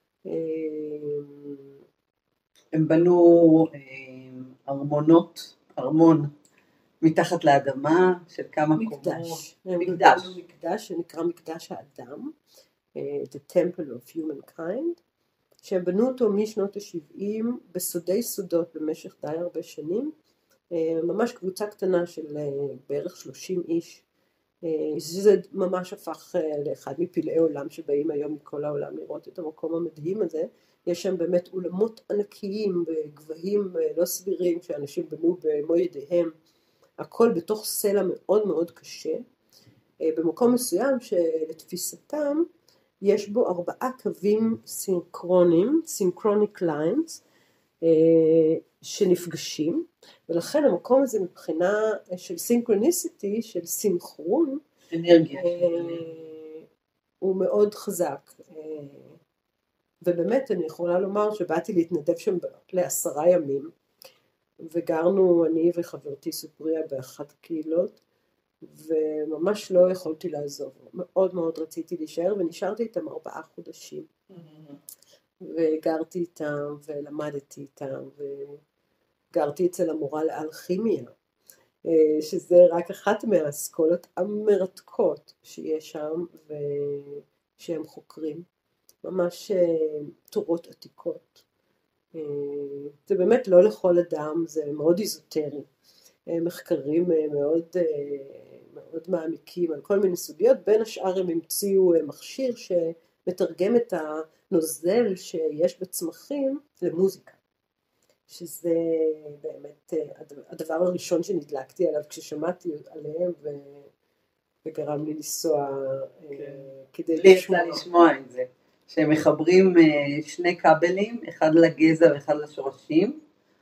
Speaker 1: הם בנו ארמונות, ארמון מתחת לאדמה של כמה
Speaker 2: מקדש.
Speaker 1: קומות.
Speaker 2: מקדש. מקדש שנקרא מקדש האדם, The Temple of Humankind, שהם בנו אותו משנות ה-שבעים בסודי סודות במשך די הרבה שנים, ממש קבוצה קטנה של בערך שלושים איש, שזה ממש הפך לאחד מפלאי עולם שבאים היום מכל העולם לראות את המקום המדהים הזה. יש שם באמת אולמות ענקיים בגבהים לא סבירים שאנשים בנו במו ידיהם, הכל בתוך סלע מאוד מאוד קשה, במקום מסוים שלתפיסתם יש בו ארבעה קווים סינכרונים, synchronic lines, שנפגשים, ולכן המקום הזה מבחינה של סינכרוניסיטי, של סינכרון,
Speaker 1: אנרגיה,
Speaker 2: הוא מאוד חזק. ובאמת אני יכולה לומר שבאתי להתנדב שם לעשרה ימים, וגרנו אני וחברתי סופריה באחת הקהילות, וממש לא יכולתי לעזוב, מאוד מאוד רציתי להישאר, ונשארתי איתם ארבעה חודשים. וגרתי איתם ולמדתי איתם, וגרתי אצל המורה לאלכימיה, שזה רק אחת מהאסכולות המרתקות שיש שם, ושהם חוקרים, ממש תורות עתיקות. זה באמת לא לכל אדם, זה מאוד איזוטרי, מחקרים מאוד, מאוד מעמיקים על כל מיני סוגיות, בין השאר הם המציאו מכשיר שמתרגם את הנוזל שיש בצמחים למוזיקה, שזה באמת הדבר הראשון שנדלקתי עליו כששמעתי עליהם, וגרם לי לנסוע כדי לשמוע.
Speaker 1: לי יצא לשמוע את זה, שהם מחברים שני כבלים, אחד לגזע ואחד לשורשים,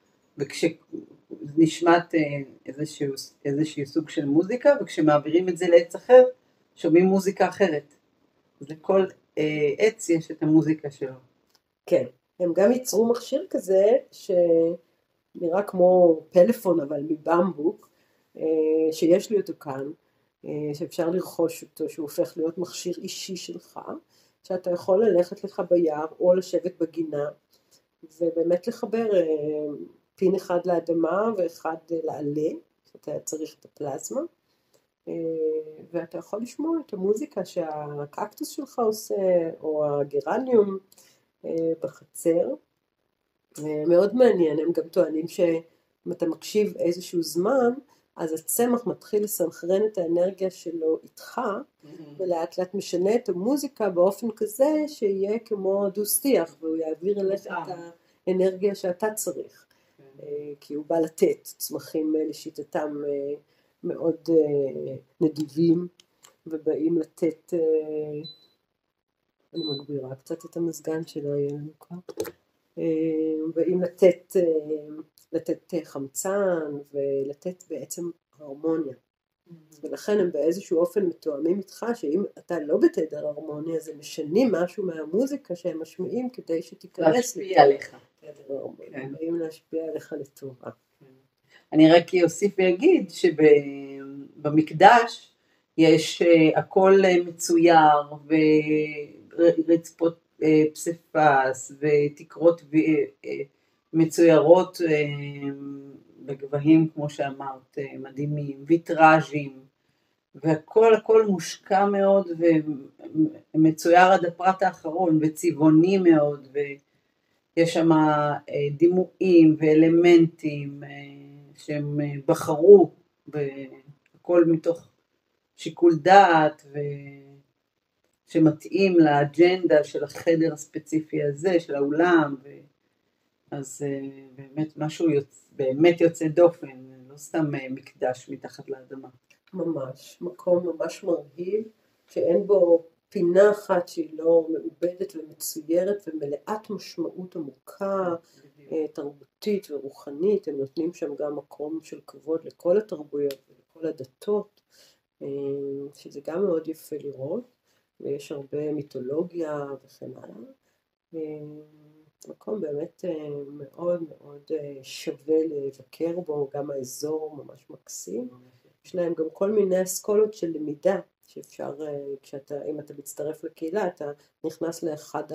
Speaker 1: וכשנשמעת איזשהו, איזשהו סוג של מוזיקה, וכשמעבירים את זה לעץ אחר, שומעים מוזיקה אחרת. אז לכל עץ יש את המוזיקה שלו.
Speaker 2: כן, הם גם ייצרו מכשיר כזה, שנראה כמו פלאפון, אבל מבמבוק, שיש לי אותו כאן, שאפשר לרכוש אותו, שהוא הופך להיות מכשיר אישי שלך, שאתה יכול ללכת לך ביער, או לשבת בגינה, ובאמת לחבר פין אחד לאדמה, ואחד לעלה, שאתה צריך את הפלזמה, ואתה יכול לשמוע את המוזיקה שהקקטוס שלך עושה, או הגרניום בחצר. מאוד מעניין, הם גם טוענים שאם אתה מקשיב איזשהו זמן, אז הצמח מתחיל לסנכרן את האנרגיה שלו איתך, ולאט לאט משנה את המוזיקה באופן כזה שיהיה כמו דו-שיח, והוא יעביר אליך את האנרגיה שאתה צריך, כי הוא בא לתת. צמחים לשיטתם מאוד נדיבים, ובאים לתת, אני מגבירה קצת את המזגן שלא יהיה לנו כבר, באים לתת, לתת חמצן ולתת בעצם הרמוניה. ולכן הם באיזשהו אופן מתואמים איתך, שאם אתה לא בתדר הרמוניה, אז הם משנים משהו מהמוזיקה שהם משמיעים כדי שתיכנס
Speaker 1: להשפיע עליך.
Speaker 2: תדר הרמוניה, באים להשפיע עליך לטובה.
Speaker 1: אני רק אוסיף ואגיד שבמקדש יש הכל מצויר ורצפות פסיפס ותקרות מצוירות בגבהים כמו שאמרת מדהימים, ויטראז'ים, והכל הכל מושקע מאוד ומצויר עד הפרט האחרון וצבעוני מאוד, ויש שם דימויים ואלמנטים שהם בחרו, הכל מתוך שיקול דעת שמתאים לאג'נדה של החדר הספציפי הזה, של האולם, ו... אז באמת משהו יוצא, באמת יוצא דופן, לא סתם מקדש מתחת לאדמה.
Speaker 2: ממש, מקום ממש מרהיב, שאין בו פינה אחת שהיא לא מעובדת ומצוירת ומלאת משמעות עמוקה, תרבותית ורוחנית. הם נותנים שם גם מקום של כבוד לכל התרבויות ולכל כל הדתות, שזה גם מאוד יפה לראות, ויש הרבה מיתולוגיה וכן הלאה. מקום באמת מאוד מאוד שווה לבקר בו, גם האזור ממש מקסים. יש להם גם כל מיני אסכולות של למידה, שאפשר, כשאתה, אם אתה מצטרף לקהילה, אתה נכנס לאחד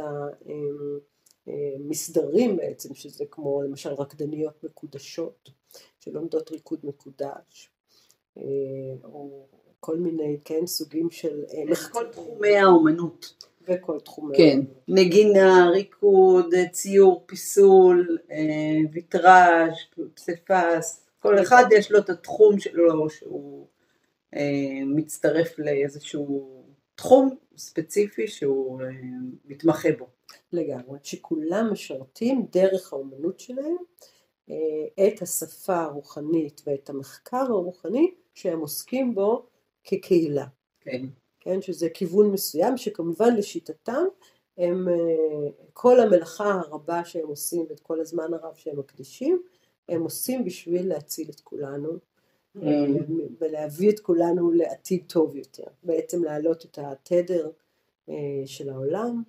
Speaker 2: המסדרים בעצם, שזה כמו למשל רקדניות מקודשות, שלומדות ריקוד מקודש, או כל מיני, כן, סוגים של...
Speaker 1: כל תחומי האומנות.
Speaker 2: וכל תחומי
Speaker 1: כן,
Speaker 2: האומנות.
Speaker 1: נגינה, ריקוד, ציור, פיסול, ויטראז', פסיפס, כל אחד יש לו את התחום שלו שהוא מצטרף לאיזשהו תחום ספציפי שהוא מתמחה בו.
Speaker 2: לגמרי, שכולם משרתים דרך האומנות שלהם את השפה הרוחנית ואת המחקר הרוחני שהם עוסקים בו כקהילה.
Speaker 1: כן.
Speaker 2: כן, שזה כיוון מסוים שכמובן לשיטתם הם, כל המלאכה הרבה שהם עושים ואת כל הזמן הרב שהם מקדישים, הם עושים בשביל להציל את כולנו mm. ולהביא את כולנו לעתיד טוב יותר, בעצם להעלות את התדר של העולם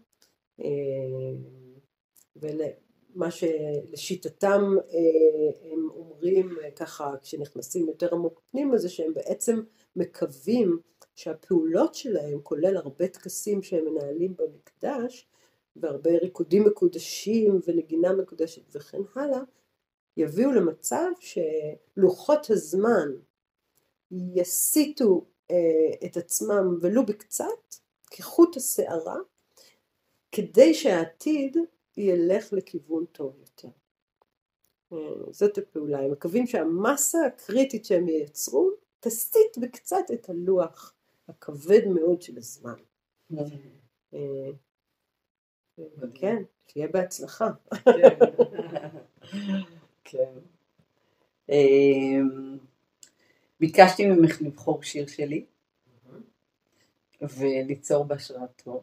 Speaker 2: ומה שלשיטתם הם אומרים ככה כשנכנסים יותר עמוק פנימה זה שהם בעצם מקווים שהפעולות שלהם כולל הרבה טקסים שהם מנהלים במקדש והרבה ריקודים מקודשים ונגינה מקודשת וכן הלאה יביאו למצב שלוחות הזמן יסיטו את עצמם ולו בקצת כחוט השערה כדי שהעתיד ילך לכיוון טוב יותר. זאת הפעולה, הם מקווים שהמסה הקריטית שהם ייצרו תסיט בקצת את הלוח הכבד מאוד של הזמן. כן, שיהיה בהצלחה.
Speaker 1: כן. ביקשתי ממך לבחור שיר שלי וליצור בהשראתו.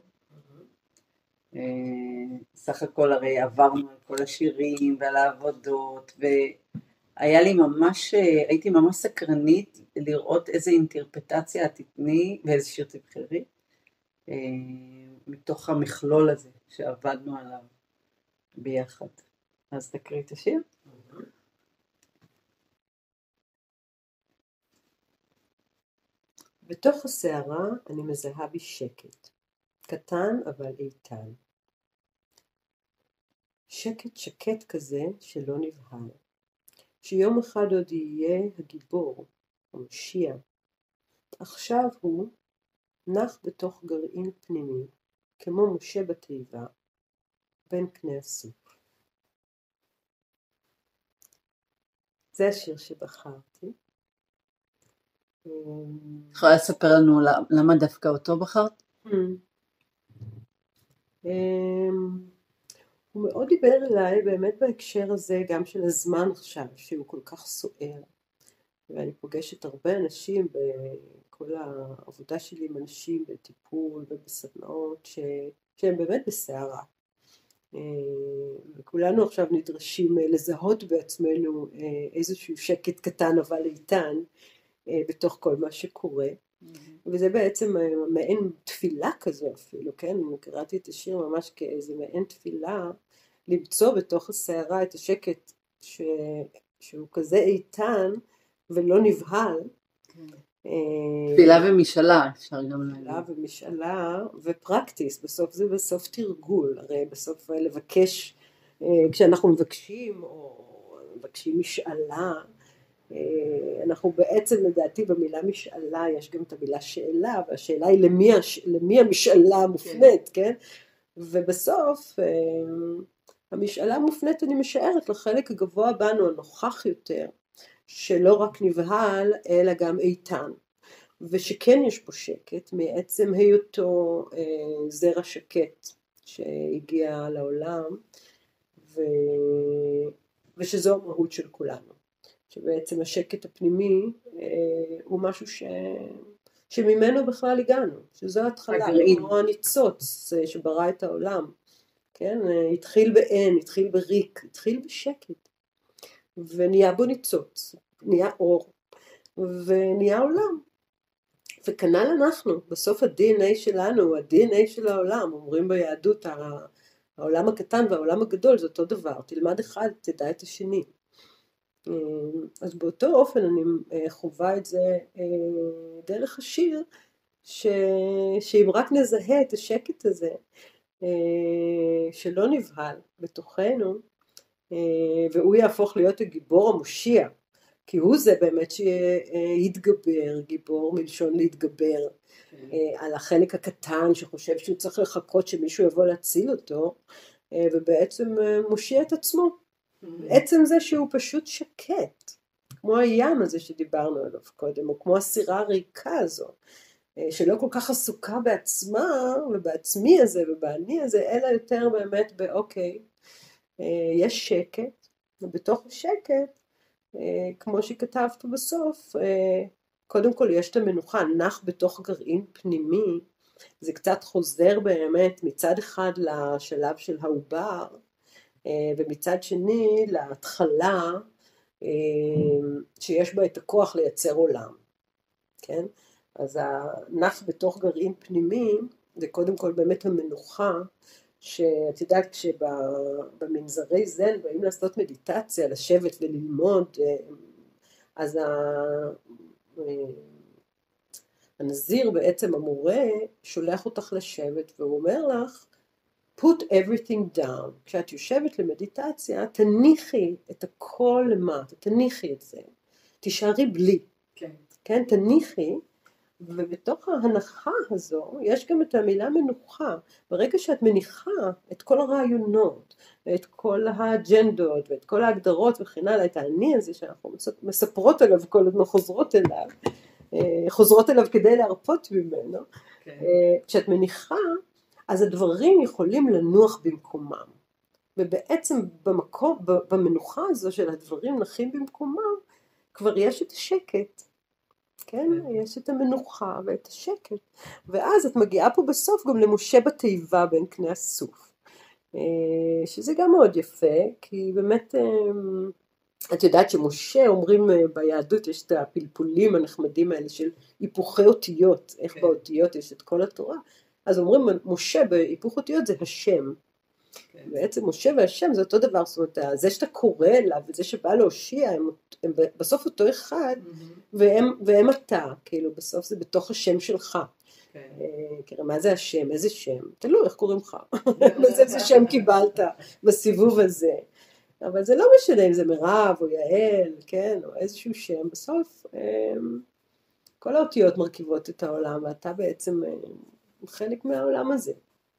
Speaker 1: סך הכל הרי עברנו על כל השירים ועל העבודות והיה לי ממש, הייתי ממש סקרנית לראות איזה אינטרפטציה את תתני ואיזה שיר תבחרי מתוך המכלול הזה שעבדנו עליו ביחד. אז תקריא את השיר.
Speaker 2: בתוך הסערה אני מזהה בי שקט, קטן אבל איתן. שקט שקט כזה שלא נבהל, שיום אחד עוד יהיה הגיבור, המשיח. עכשיו הוא נח בתוך גרעין פנימי, כמו משה בתיבה, בין קנה הסוף. זה השיר שבחרתי.
Speaker 1: יכולה לספר לנו למה דווקא אותו בחרת?
Speaker 2: הוא מאוד דיבר אליי באמת בהקשר הזה גם של הזמן עכשיו שהוא כל כך סוער ואני פוגשת הרבה אנשים בכל העבודה שלי עם אנשים בטיפול ובסדנאות ש... שהם באמת בסערה וכולנו עכשיו נדרשים לזהות בעצמנו איזשהו שקט קטן אבל איתן בתוך כל מה שקורה וזה בעצם מעין תפילה כזו אפילו, כן? אני קראתי את השיר ממש כאיזה מעין תפילה, למצוא בתוך הסערה את השקט ש... שהוא כזה איתן ולא נבהל.
Speaker 1: תפילה ומשאלה, אפשר גם להגיד.
Speaker 2: תפילה ומשאלה ופרקטיס, בסוף זה בסוף תרגול, הרי בסוף לבקש, כשאנחנו מבקשים או מבקשים משאלה, אנחנו בעצם לדעתי במילה משאלה יש גם את המילה שאלה והשאלה היא למי, למי המשאלה מופנית, כן? ובסוף המשאלה מופנית אני משערת לחלק הגבוה בנו הנוכח יותר שלא רק נבהל אלא גם איתן ושכן יש פה שקט מעצם היותו זרע שקט שהגיע לעולם ו... ושזו המהות של כולנו. שבעצם השקט הפנימי אה, הוא משהו ש... שממנו בכלל הגענו, שזו התחלה, כמו הניצוץ שברא את העולם, כן? התחיל באין, התחיל בריק, התחיל בשקט, ונהיה בו ניצוץ, נהיה אור, ונהיה עולם. וכנ"ל אנחנו, בסוף ה-די אן איי שלנו, ה-די אן איי של העולם, אומרים ביהדות, העולם הקטן והעולם הגדול זה אותו דבר, תלמד אחד, תדע את השני. אז באותו אופן אני חובה את זה דרך השיר, ש... שאם רק נזהה את השקט הזה, שלא נבהל בתוכנו, והוא יהפוך להיות הגיבור המושיע, כי הוא זה באמת שיתגבר, גיבור מלשון להתגבר, על החלק הקטן שחושב שהוא צריך לחכות שמישהו יבוא להציל אותו, ובעצם מושיע את עצמו. עצם זה שהוא פשוט שקט, כמו הים הזה שדיברנו עליו קודם, או כמו הסירה הריקה הזו, שלא כל כך עסוקה בעצמה ובעצמי הזה ובאני הזה, אלא יותר באמת באוקיי, יש שקט, ובתוך השקט, כמו שכתבת בסוף, קודם כל יש את המנוחה, נח בתוך גרעין פנימי, זה קצת חוזר באמת מצד אחד לשלב של העובר, ומצד שני להתחלה שיש בה את הכוח לייצר עולם, כן? אז הנח בתוך גרעין פנימי זה קודם כל באמת המנוחה, שאת יודעת כשבמנזרי זן באים לעשות מדיטציה, לשבת וללמוד, אז הנזיר בעצם המורה שולח אותך לשבת והוא אומר לך, put everything down. כשאת יושבת למדיטציה, תניחי את הכל למטה, תניחי את זה. תישארי בלי. כן. כן, תניחי, ובתוך ההנחה הזו, יש גם את המילה מנוחה. ברגע שאת מניחה את כל הרעיונות, ואת כל האג'נדות, ואת כל ההגדרות וכן הלאה, את האני הזה שאנחנו מספרות עליו, כל הזמן חוזרות אליו, חוזרות אליו כדי להרפות ממנו. כן. כשאת מניחה, אז הדברים יכולים לנוח במקומם. ובעצם במקום, במנוחה הזו של הדברים נחים במקומם, כבר יש את השקט. כן? יש את המנוחה ואת השקט. ואז את מגיעה פה בסוף גם למשה בתיבה בין קני הסוף. שזה גם מאוד יפה, כי באמת, את יודעת שמשה, אומרים ביהדות, יש את הפלפולים הנחמדים האלה של היפוכי אותיות, איך באותיות יש את כל התורה. אז אומרים, משה בהיפוך אותיות זה השם. Okay. בעצם משה והשם זה אותו דבר, זאת אומרת, זה שאתה קורא אליו וזה שבא להושיע, הם, הם בסוף אותו אחד, mm-hmm. והם, והם אתה, כאילו בסוף זה בתוך השם שלך. Okay. כאילו, מה זה השם? איזה שם? תלוי, איך קוראים לך? איזה שם קיבלת בסיבוב הזה. אבל זה לא משנה אם זה מירב או יעל, כן, או איזשהו שם. בסוף, כל האותיות מרכיבות את העולם, ואתה בעצם חלק מהעולם הזה.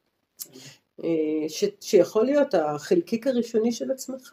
Speaker 2: ש, שיכול להיות החלקיק הראשוני של עצמך,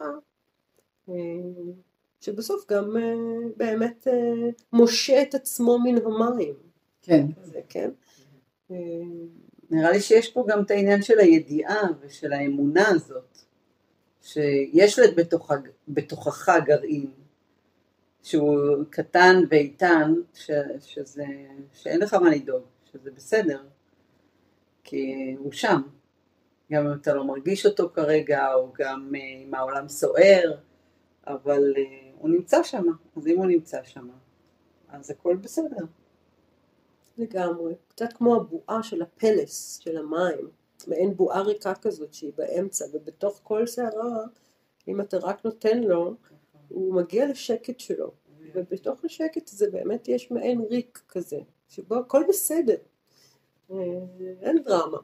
Speaker 2: שבסוף גם באמת משה את עצמו מן המים.
Speaker 1: כן.
Speaker 2: זה, כן?
Speaker 1: נראה לי שיש פה גם את העניין של הידיעה ושל האמונה הזאת, שיש לת בתוך, בתוכך גרעין, שהוא קטן ואיתן, ש, שזה, שאין לך מה לדאוג, שזה בסדר, כי הוא שם. גם אם אתה לא מרגיש אותו כרגע, או גם אם העולם סוער, אבל הוא נמצא שם. אז אם הוא נמצא שם, אז הכל בסדר.
Speaker 2: לגמרי. קצת כמו הבועה של הפלס, של המים. מעין בועה ריקה כזאת שהיא באמצע, ובתוך כל שערה, אם אתה רק נותן לו, הוא מגיע לשקט שלו. ובתוך השקט הזה באמת יש מעין ריק כזה, שבו הכל בסדר. אין דרמה.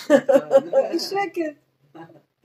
Speaker 2: שקט.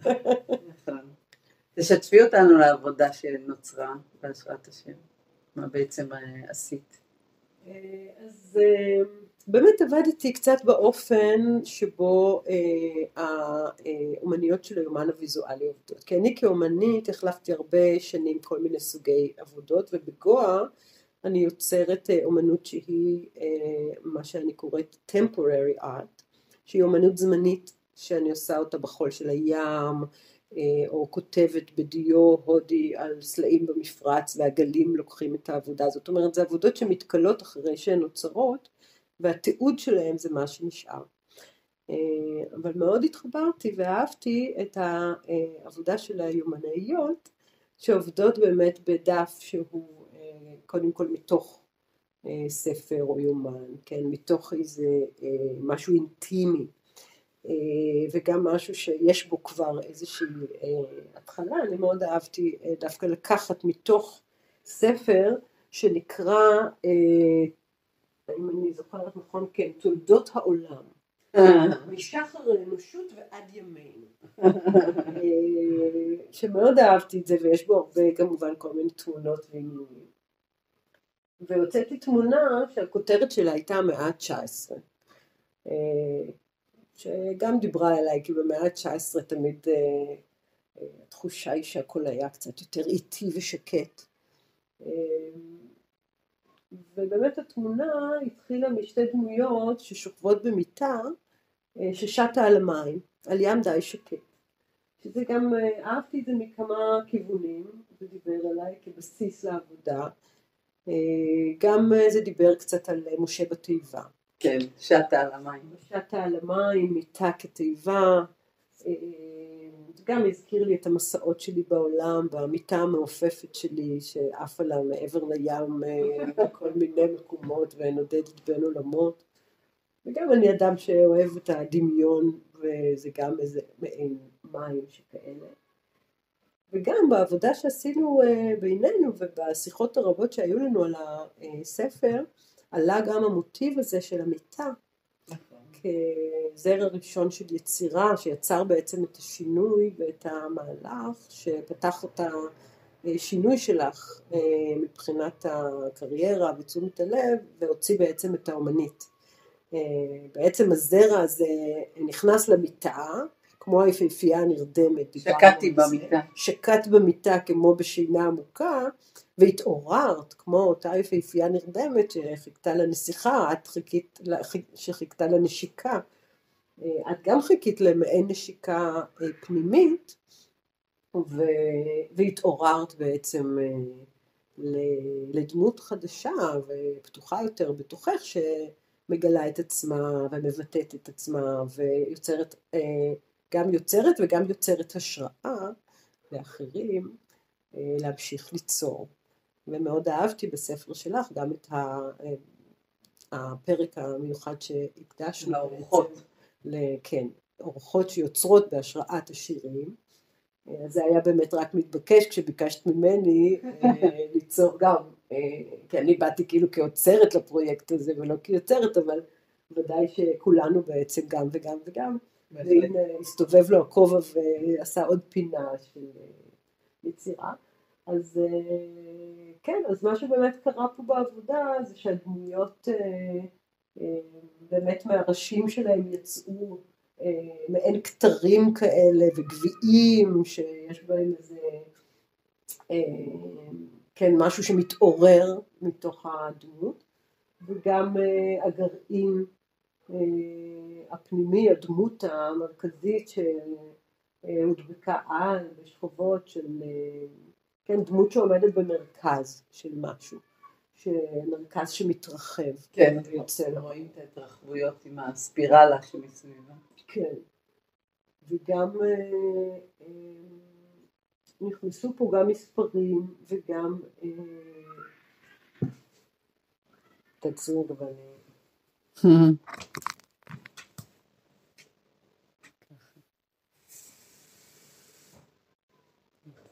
Speaker 1: תשתפי אותנו לעבודה שנוצרה בהשראת השם. מה בעצם עשית?
Speaker 2: אז באמת עבדתי קצת באופן שבו האומניות של היומן הוויזואלי עובדות. כי אני כאומנית החלפתי הרבה שנים כל מיני סוגי עבודות, ובגואה אני יוצרת אומנות שהיא מה שאני קוראת temporary art, שהיא אומנות זמנית שאני עושה אותה בחול של הים, או כותבת בדיו הודי על סלעים במפרץ, והגלים לוקחים את העבודה. זאת אומרת, זה עבודות שמתקלות אחרי שהן נוצרות, והתיעוד שלהם זה מה שנשאר. אבל מאוד התחברתי ואהבתי את העבודה של היומנאיות, שעובדות באמת בדף שהוא קודם כל מתוך ספר או יומן, כן, מתוך איזה משהו אינטימי, וגם משהו שיש בו כבר איזושהי התחלה. אני מאוד אהבתי דווקא לקחת מתוך ספר שנקרא, אם אני זוכרת נכון, כן, תולדות העולם, משחר האנושות ועד ימינו, שמאוד אהבתי את זה, ויש בו הרבה כמובן כל מיני תמונות ועניינים. והוצאתי תמונה שהכותרת שלה הייתה המאה ה-תשע עשרה, שגם דיברה אליי, כי במאה ה-תשע עשרה תמיד התחושה היא שהכל היה קצת יותר איטי ושקט. ובאמת התמונה התחילה משתי דמויות ששוכבות במיטה, ששטה על המים, על ים די שקט. שזה גם, אהבתי את זה מכמה כיוונים, זה דיבר אליי כבסיס לעבודה. גם זה דיבר קצת על משה בתיבה.
Speaker 1: כן, שטה על המים.
Speaker 2: שטה על המים, מיטה כתיבה. זה גם הזכיר לי את המסעות שלי בעולם, במיטה המעופפת שלי, שעף עלה מעבר לים בכל מיני מקומות, ונודדת בין עולמות. וגם אני אדם שאוהב את הדמיון, וזה גם איזה מעין מים שכאלה. וגם בעבודה שעשינו בינינו, ובשיחות הרבות שהיו לנו על הספר, עלה גם המוטיב הזה של המיטה, כזרע ראשון של יצירה, שיצר בעצם את השינוי ואת המהלך, שפתח את השינוי שלך מבחינת הקריירה ותשומת הלב, והוציא בעצם את האומנית. בעצם הזרע הזה נכנס למיטה, כמו היפהפייה הנרדמת.
Speaker 1: שקעתי במיטה.
Speaker 2: שקעת במיטה כמו בשינה עמוקה, והתעוררת כמו אותה היפהפייה נרדמת שחיכתה לנסיכה, את חיכית, שחיכתה לנשיקה. את גם חיכית למעין נשיקה פנימית, ו... והתעוררת בעצם לדמות חדשה ופתוחה יותר בתוכך, שמגלה את עצמה ומבטאת את עצמה, ויוצרת, גם יוצרת וגם יוצרת השראה לאחרים להמשיך ליצור. ומאוד אהבתי בספר שלך גם את הפרק המיוחד שהקדשנו
Speaker 1: לאורחות.
Speaker 2: כן, אורחות שיוצרות בהשראת השירים. זה היה באמת רק מתבקש כשביקשת ממני ליצור גם, כי אני באתי כאילו כיוצרת לפרויקט הזה ולא כיוצרת, אבל ודאי שכולנו בעצם גם וגם וגם. והנה הסתובב לו הכובע ועשה עוד פינה של יצירה. אז כן, אז מה שבאמת קרה פה בעבודה זה שהדמויות באמת מהראשים שלהם יצאו מעין כתרים כאלה וגביעים שיש בהם איזה, כן, משהו שמתעורר מתוך הדמות, וגם הגרעין הפנימי, הדמות המרכזית שהודבקה על בשכבות של, כן, דמות שעומדת במרכז של משהו, שמרכז שמתרחב.
Speaker 1: כן, רואים את ההתרחבויות עם הספירלה שמסביבה.
Speaker 2: כן, וגם נכנסו פה גם מספרים וגם תצאו אבל